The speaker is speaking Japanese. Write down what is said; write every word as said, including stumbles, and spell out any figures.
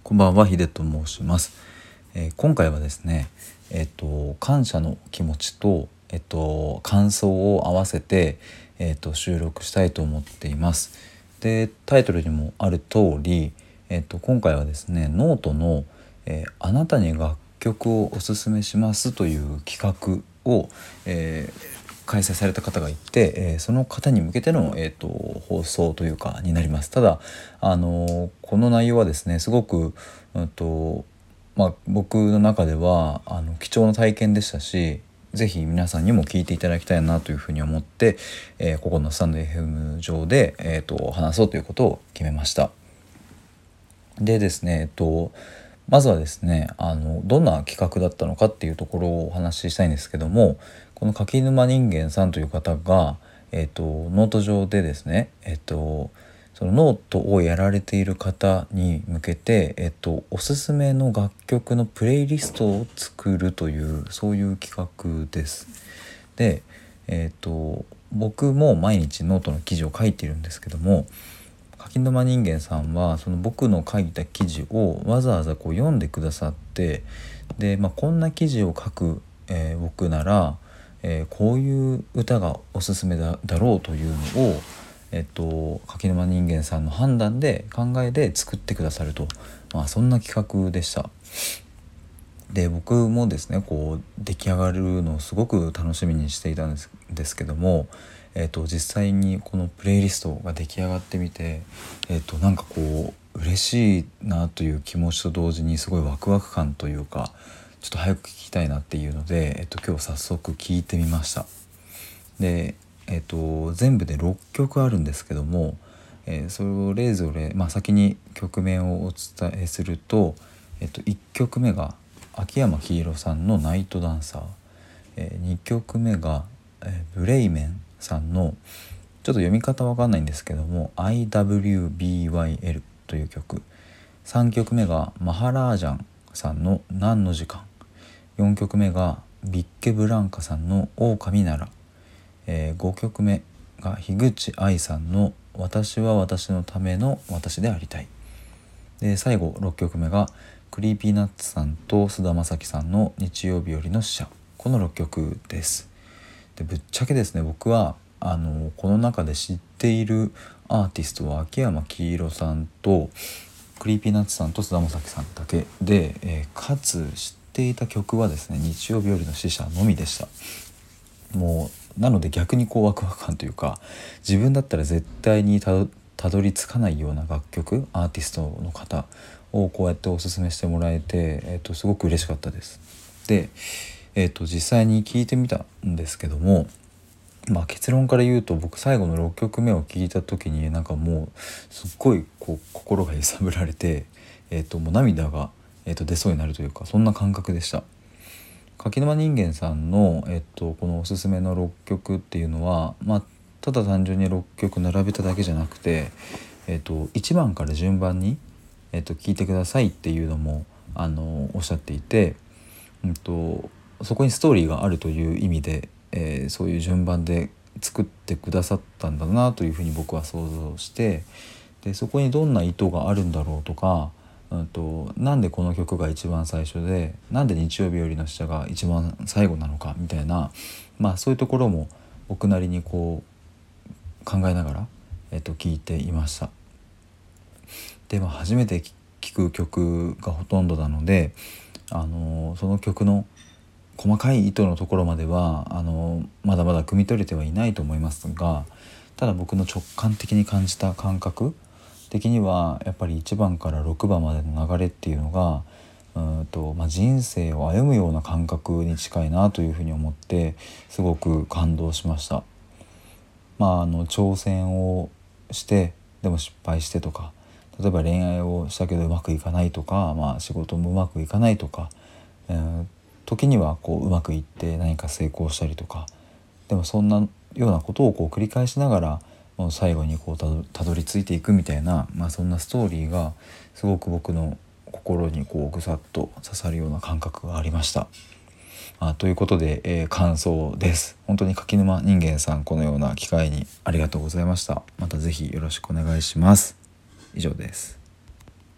こんばんは、ヒデと申します。えー今回はですね、えっと感謝の気持ちとえっと感想を合わせてえっと収録したいと思っています。で、タイトルにもある通り、えっと今回はですね、ノートの、えーあなたに楽曲をおすすめしますという企画を、えー開催された方がいて、えーその方に向けての、えーと放送というかになります。ただあのこの内容はですね、すごく、うんとまあ、僕の中ではあの貴重な体験でしたし、ぜひ皆さんにも聞いていただきたいなというふうに思って、えーここのスタンド エフエム 上で、えーと話そうということを決めました。でですね、えっとまずはですね、あのどんな企画だったのかっていうところをお話ししたいんですけども、この柿沼人間さんという方が、えっと、ノート上でですね、えっと、そのノートをやられている方に向けて、えっと、おすすめの楽曲のプレイリストを作るというそういう企画です。で、えっと、僕も毎日ノートの記事を書いているんですけども、柿沼人間さんはその僕の書いた記事をわざわざこう読んでくださって、で、まあ、こんな記事を書く、えー僕なら、えーこういう歌がおすすめだ、だろうというのを、えっと、柿沼人間さんの判断で考えで作ってくださると、まあ、そんな企画でした。で、僕もですね、こう出来上がるのをすごく楽しみにしていたんです、ですけども、えー、と実際にこのプレイリストが出来上がってみて、えー、となんかこう嬉しいなという気持ちと同時にすごいワクワク感というか、ちょっと早く聞きたいなっていうので、えー、と今日早速聞いてみました。で、えー、と全部でろっきょくあるんですけども、えーそれぞれ、まあ、先に曲名をお伝えすると、えー、といっきょくめが秋山黄色さんのナイトダンサー、えー、にきょくめが、えーブレイメンさんのちょっと読み方わかんないんですけども アイダブリュービーワイエル という曲、さんきょくめがマハラージャンさんの何の時間、よんきょくめがビッケブランカさんの狼なら、えーごきょくめが樋口愛さんの私は私のための私でありたい。で、最後ろっきょくめがクリーピーナッツさんと菅田将暉さんの日曜日よりの使者。このろっきょくです。で、ぶっちゃけですね、僕はあのこの中で知っているアーティストは秋山黄色さんとクリーピーナッツさんと菅田将暉さんだけで、えーかつ知っていた曲はですね、日曜日よりの使者のみでした。もうなので逆にこうワクワク感というか、自分だったら絶対にたどたどり着かないような楽曲、アーティストの方をこうやっておすすめしてもらえて、えっとすごく嬉しかったです。で、えっと実際に聞いてみたんですけども、まあ、結論から言うと、僕最後のろっきょくめを聞いた時になんかもうすっごいこう心が揺さぶられて、えっともう涙が、えっと出そうになるというか、そんな感覚でした。柿沼人間さんの、えっと、このおすすめのろっきょくっていうのは、まあ、ただ単純にろっきょく並べただけじゃなくて、えっと、いちばんから順番に、えっと、聞いてくださいっていうのもあのおっしゃっていて、うんと、そこにストーリーがあるという意味で、えーそういう順番で作ってくださったんだなというふうに僕は想像して、でそこにどんな意図があるんだろうとか、うんと、なんでこの曲が一番最初でなんで日曜日よりの使者が一番最後なのかみたいな、まあそういうところも僕なりにこう考えながら、えっと、聞いていました。で、まあ、初めて聴く曲がほとんどなので、あのその曲の細かい意図のところまではあのまだまだ汲み取れてはいないと思いますが、ただ僕の直感的に感じた感覚的にはやっぱりいちばんからろくばんまでの流れっていうのがうんと、まあ、人生を歩むような感覚に近いなというふうに思って、すごく感動しました。まあ、あの挑戦をしてでも失敗してとか、例えば恋愛をしたけどうまくいかないとか、まあ、仕事もうまくいかないとか、えー時にはこううまくいって何か成功したりとか、でもそんなようなことをこう繰り返しながらもう最後にこうたど、たどり着いていくみたいな、まあ、そんなストーリーがすごく僕の心にこうぐさっと刺さるような感覚がありました。あということで、えー感想です。本当に柿沼人間さん、このような機会にありがとうございました。またぜひよろしくお願いします。以上です。